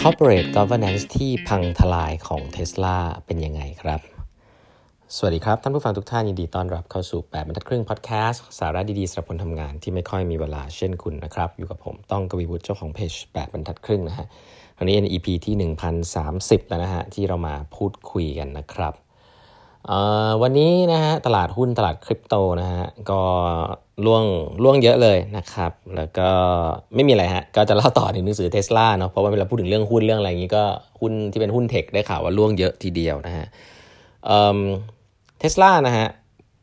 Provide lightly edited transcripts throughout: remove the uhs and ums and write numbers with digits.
corporate governance ที่พังทลายของ Tesla เป็นยังไงครับสวัสดีครับท่านผู้ฟังทุกท่านยินดีต้อนรับเข้าสู่8บรรทัดครึ่งพอดแคสต์สาระดีๆสำหรับคนทำงานที่ไม่ค่อยมีเวลาเช่นคุณนะครับอยู่กับผมต้องกวีวุฒิเจ้าของเพจ8บรรทัดครึ่งนะฮะคราวนี้ EP ที่1030แล้วนะฮะที่เรามาพูดคุยกันนะครับวันนี้นะฮะตลาดหุ้นตลาดคริปโตนะฮะก็ล่วงเยอะเลยนะครับแล้วก็ไม่มีอะไรฮะก็จะเล่าต่อถึงหนังสือ Tesla เนาะเพราะว่าเวลาพูดถึงเรื่องหุ้นเรื่องอะไรอย่างนี้ก็หุ้นที่เป็นหุ้นเทคได้ข่าวว่าล่วงเยอะทีเดียวนะฮะTesla นะฮะ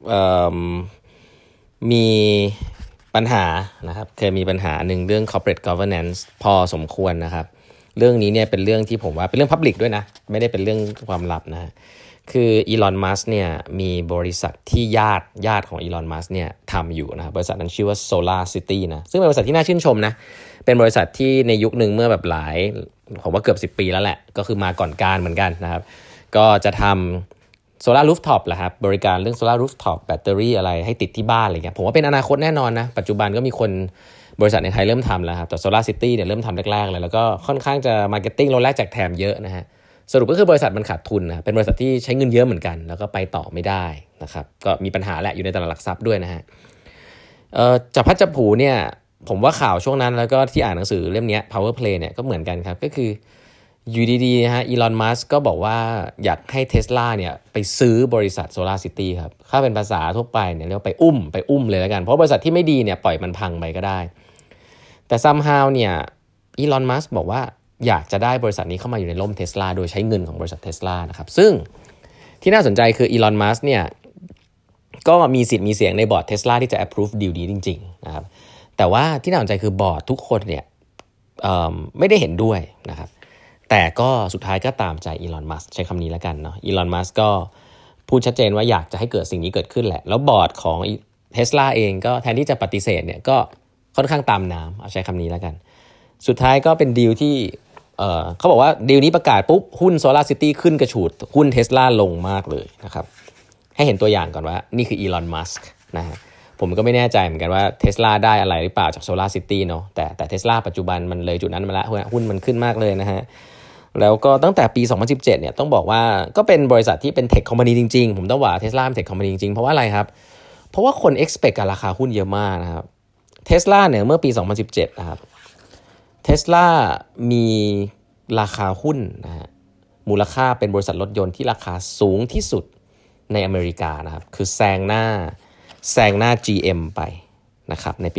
มีปัญหานะครับเคยมีปัญหาหนึ่งเรื่อง corporate governance พอสมควรนะครับเรื่องนี้เนี่ยเป็นเรื่องที่ผมว่าเป็นเรื่อง public ด้วยนะไม่ได้เป็นเรื่องความลับนะคืออีลอน มัสก์เนี่ยมีบริษัทที่ญาติของอีลอน มัสก์เนี่ยทำอยู่นะบริษัทนั้นชื่อว่า Solar City นะซึ่งเป็นบริษัทที่น่าชื่นชมนะเป็นบริษัทที่ในยุคนึงเมื่อแบบผมว่าเกือบ10ปีแล้วแหละก็คือมาก่อนการเหมือนกันนะครับก็จะทำSolar Rooftop แหละครับบริการเรื่อง Solar Rooftop แบตเตอรี่อะไรให้ติดที่บ้านอะไรเงี้ยผมว่าเป็นอนาคตแน่นอนนะปัจจุบันก็มีคนบริษัทในไทยเริ่มทำแล้วครับแต่ Solar City เนี่ยเริ่มทำแรกๆเลยแล้วก็ค่อนข้างจะ marketing ลดแลกแจกแถมเยอะนะฮะสรุปก็คือบริษัทมันขาดทุนนะเป็นบริษัทที่ใช้เงินเยอะเหมือนกันแล้วก็ไปต่อไม่ได้นะครับก็มีปัญหาแหละอยู่ในตลาดหลักทรัพย์ด้วยนะฮะจับพัดจับผูเนี่ยผมว่าข่าวช่วงนั้นแล้วก็ที่อ่านหนังสือเล่มนี้ Power Play เนี่ยก็เหมือนกันครับก็คืออยู่ดีๆนะฮะอีลอน มัสก์ก็บอกว่าอยากให้ Tesla เนี่ยไปซื้อบริษัท Solar City ครับถ้าเป็นภาษาทั่วไปเนี่ยเรียกว่าไปอุ้มเลยแล้วกันเพราะบริษัทที่ไม่ดีเนี่ยปล่อยมันพังไปก็ได้แต่ somehow เนี่ยอีลอน มัสก์บอกว่าอยากจะได้บริษัทนี้เข้ามาอยู่ในร่ม Tesla โดยใช้เงินของบริษัท Tesla นะครับซึ่งที่น่าสนใจคืออีลอน มัสก์เนี่ยก็มีสิทธิ์มีเสียงในบอร์ด Tesla ที่จะ approve deal นี้จริงๆนะครับแต่ว่าที่น่าสนใจคือบอร์ดทุกคนเนี่ยไม่ได้เห็นด้วยนะครับแต่ก็สุดท้ายก็ตามใจอีลอน มัสก์ใช้คำนี้แล้วกันเนาะอีลอน มัสก์ก็พูดชัดเจนว่าอยากจะให้เกิดสิ่งนี้เกิดขึ้นแหละแล้วบอร์ดของ Tesla เองก็แทนที่จะปฏิเสธเนี่ยก็ค่อนข้างตามน้ำเอาใช้คำนี้แล้วกันสุดท้ายก็เป็นดีลที่เขาบอกว่าดีลนี้ประกาศปุ๊บหุ้น Solar City ขึ้นกระฉูดหุ้น Tesla ลงมากเลยนะครับให้เห็นตัวอย่างก่อนว่านี่คืออีลอน มัสก์นะฮะผมก็ไม่แน่ใจเหมือนกันว่า Tesla ได้อะไรหรือเปล่าจาก Solar City เนาะแต่ Tesla ปัจจุบันมันเลยจุดนั้นมาแล้วหุ้นมันขึ้นมากเลยนะฮะแล้วก็ตั้งแต่ปี 2017 เนี่ยต้องบอกว่าก็เป็นบริษัทที่เป็นเทคคอมพานีจริงๆผมต้องว่า Tesla เป็นเทคคอมพานีจริงๆเพราะว่าอะไรครับเพราะว่าคน expect กับราคาหุ้นเยอะมากนะครับ Tesla เนี่ยเมื่อปี 2017 นะครับ Tesla มีราคาหุ้นนะฮะมูลค่าเป็นบริษัทรถยนต์ที่ราคาสูงที่สุดในอเมริกานะครับคือแซงหน้า GM ไปนะครับในปี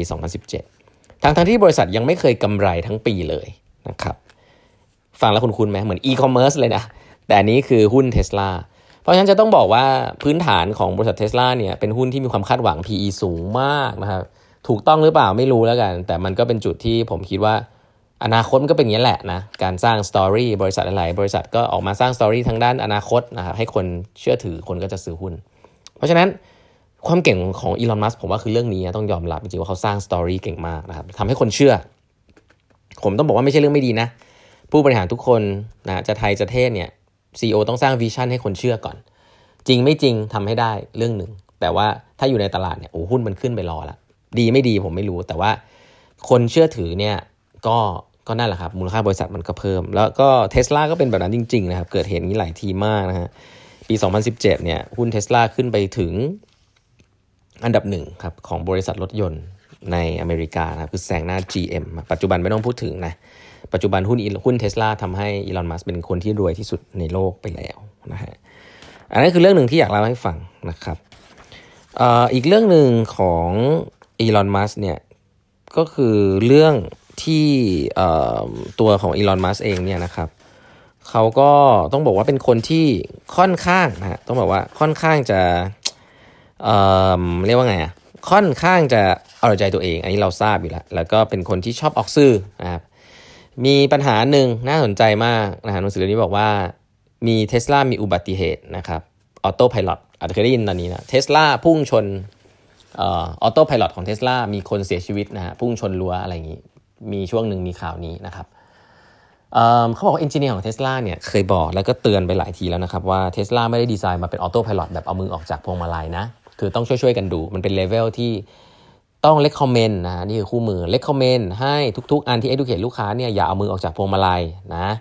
2017 ทั้งที่บริษัทยังไม่เคยกำไรทั้งปีเลยนะครับฟังแล้วคุ้นๆไหมเหมือน e-commerce เลยนะแต่อันนี้คือหุ้น Tesla เพราะฉะนั้นจะต้องบอกว่าพื้นฐานของบริษัท Tesla เนี่ยเป็นหุ้นที่มีความคาดหวัง PE สูงมากนะครับถูกต้องหรือเปล่าไม่รู้แล้วกันแต่มันก็เป็นจุดที่ผมคิดว่าอนาคตมันก็เป็นอย่างนี้แหละนะการสร้างสตอรี่บริษัทหลายบริษัทก็ออกมาสร้างสตอรี่ทางด้านอนาคตนะครับให้คนเชื่อถือคนก็จะซื้อหุ้นเพราะฉะนั้นความเก่งของอีลอน มัสก์ผมว่าคือเรื่องนี้ต้องยอมรับจริงๆว่าเขาสร้างสตอรี่เก่งมากนะครับทำให้คนเชื่อผมต้องบอกว่าไม่ใช่เรื่องไม่ดีนะผู้บริหารทุกคนนะจะไทยจะเทศเนี่ย CEO ต้องสร้างวิชั่นให้คนเชื่อก่อนจริงไม่จริงทำให้ได้เรื่องหนึ่งแต่ว่าถ้าอยู่ในตลาดเนี่ยหุ้นมันขึ้นไปรอละดีไม่ดีผมไม่รู้แต่ว่าคนเชื่อถือเนี่ยก็นั่นแหละครับมูลค่าบริษัทมันก็เพิ่มแล้วก็ Tesla ก็เป็นแบบนั้นจริงๆนะครับเกิดเหตุนี้หลายทีมากนะฮะปี 2017 เนี่ยหุ้น Tesla ขึ้นไปถึงอันดับ1ครับของบริษัทรถยนต์ในอเมริกานะครับคือแซงหน้า GM ปัจจุบันไม่ต้องพูดถึงนะปัจจุบันหุ้น Tesla ทำให้อีลอน มัสก์เป็นคนที่รวยที่สุดในโลกไปแล้วนะฮะอันนั้นคือเรื่องหนึ่งที่อยากเล่าให้ฟังนะครับอีกเรื่องหนึ่งของอีลอน มัสก์เนี่ยก็คือเรื่องที่ตัวของอีลอน มัสก์เองเนี่ยนะครับเขาก็ต้องบอกว่าเป็นคนที่ค่อนข้างนะฮะต้องบอกว่าค่อนข้างจะเรียกว่าไงค่อนข้างจะเอาใจตัวเองอันนี้เราทราบอยู่แล้วก็เป็นคนที่ชอบออกสื่อนะครับมีปัญหาหนึ่งน่าสนใจมากนะฮะหนังสือเล่มนี้บอกว่ามี Tesla มีอุบัติเหตุนะครับออโต้ไพลอตอาจจะเคยได้ยินตอนนี้นะ Tesla พุ่งชนออโต้ไพลอตของ Tesla มีคนเสียชีวิตนะฮะพุ่งชนรั้วอะไรอย่างนี้มีช่วงหนึ่งมีข่าวนี้นะครับเขาบอกว่าเอนจิเนียร์ของ Tesla เนี่ยเคยบอกแล้วก็เตือนไปหลายทีแล้วนะครับว่า Tesla ไม่ได้ดีไซน์มาเป็นออโต้ไพลอตแบบเอามือออกจากพวงมาลัยนะคือต้องช่วยๆกันดูมันเป็นเลเวลที่ต้อง recommend นะนี่คือคู่มือ recommend ให้ทุกๆอันที่ educate ลูกค้าเนี่ยอย่าเอามือออกจากพวงมาลัยนะ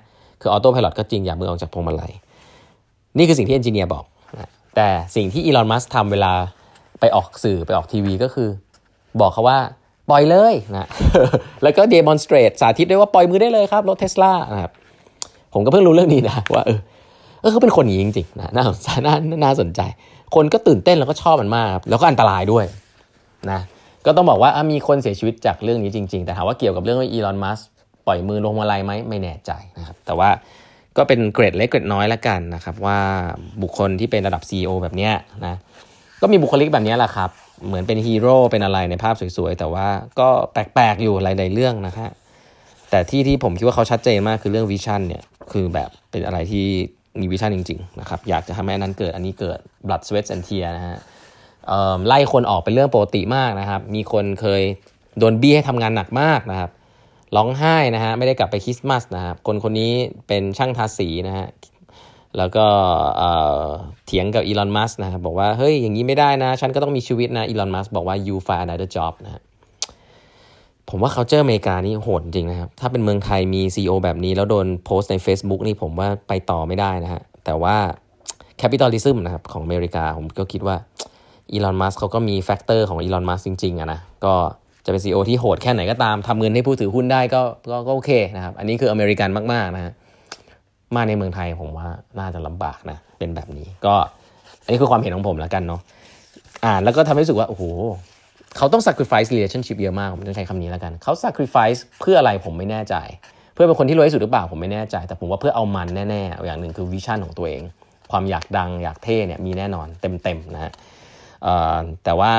คือออโต้ไพลอตก็จริงอย่ามือออกจากพวงมาลัยนี่คือสิ่งที่เอนจิเนียร์บอกนะแต่สิ่งที่อีลอนมัสก์ทำเวลาไปออกสื่อไปออกทีวีก็คือบอกเขาว่าปล่อยเลยนะ แล้วก็ demonstrate สาธิตด้วยว่าปล่อยมือได้เลยครับรถ Tesla นะครับผมก็เพิ่งรู้เรื่องนี้นะว่าเขาเป็นคนอย่างนี้จริงๆนะน่าสนใจน่าสนใจคนก็ตื่นเต้นแล้วก็ชอบมันมากครับแล้วก็อันตรายด้วยนะก็ต้องบอกว่ามีคนเสียชีวิตจากเรื่องนี้จริงๆแต่ถามว่าเกี่ยวกับเรื่องอีลอนมัสก์ปล่อยมือลงมาลัยไหมไม่แน่ใจนะครับแต่ว่าก็เป็นเกรดเล็กเกรดน้อยละกันนะครับว่าบุคคลที่เป็นระดับ CEO แบบเนี้ยนะก็มีบุคลิกแบบนี้แหละครับเหมือนเป็นฮีโร่เป็นอะไรในภาพสวยๆแต่ว่าก็แปลกๆอยู่หลายๆเรื่องนะฮะแต่ที่ผมคิดว่าเขาชัดเจนมากคือเรื่องวิชั่นเนี่ยคือแบบเป็นอะไรที่มีวิชั่นจริงๆนะครับอยากจะทำให้อันนั้นเกิดอันนี้เกิด blood sweat and tear นะฮะไล่คนออกเป็นเรื่องปกติมากนะครับมีคนเคยโดนบี้ให้ทำงานหนักมากนะครับร้องไห้นะฮะไม่ได้กลับไปคริสต์มาสนะครับคนนี้เป็นช่างทาสีนะฮะแล้วก็เถียงกับอีลอนมัสก์นะครับบอกว่าเฮ้ยอย่างนี้ไม่ได้นะฉันก็ต้องมีชีวิตนะอีลอนมัสก์บอกว่า you find another job นะฮะผมว่า culture อเมริกานี่โหดจริงนะครับถ้าเป็นเมืองไทยมี CEO แบบนี้แล้วโดนโพสต์ใน Facebook นี่ผมว่าไปต่อไม่ได้นะฮะแต่ว่า capitalism นะครับของอเมริกาผมก็คิดว่าอีลอนมัสก์เขาก็มีแฟกเตอร์ของอีลอนมัสก์จริงๆอะนะก็จะเป็น CEO ที่โหดแค่ไหนก็ตามทำเงินให้ผู้ถือหุ้นได้ก็โอเคนะครับอันนี้คืออเมริกันมากๆนะฮะมาในเมืองไทยผมว่าน่าจะลำบากนะเป็นแบบนี้ก็อันนี้คือความเห็นของผมแล้วกันเนาะแล้วก็ทำให้รู้สึกว่าโอ้โหเขาต้อง sacrifice relationship เยอะมากผมจะใช้คำนี้แล้วกันเขา sacrifice เพื่ออะไรผมไม่แน่ใจเพื่อเป็นคนที่รวยที่สุดหรือเปล่าผมไม่แน่ใจแต่ผมว่าเพื่อเอามันแน่ๆอย่างหนึ่งคือวิชั่นของตัวเองความอยากดังอยากเท่เนี่ยมีแน่นอนเต็มๆนะฮะแต่ว่า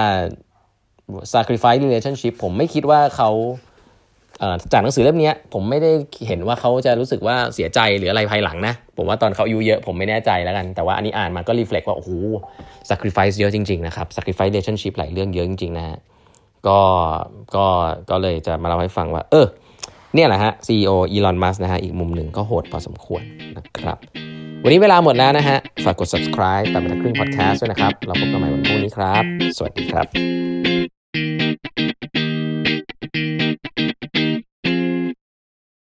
sacrifice relationship ผมไม่คิดว่าเขาจากหนังสือเล่มนี้ผมไม่ได้เห็นว่าเขาจะรู้สึกว่าเสียใจหรืออะไรภายหลังนะผมว่าตอนเขาอายุเยอะผมไม่แน่ใจแล้วกันแต่ว่าอันนี้อ่านมาก็ reflect ว่าโอ้โห sacrifice เยอะจริงๆนะครับ sacrifice relationship หลายเรื่องเยอะจริงๆนะฮะก็เลยจะมาเล่าให้ฟังว่าเนี่ยแหละฮะ CEO อีลอนมัสก์นะฮะอีกมุมหนึ่งก็โหดพอสมควรนะครับวันนี้เวลาหมดแล้วนะฮะฝากกด subscribe 8 บรรทัดครึ่ง podcast ด้วยนะครับเราพบกันใหม่วันพรุ่งนี้ครับสวัสดีครับ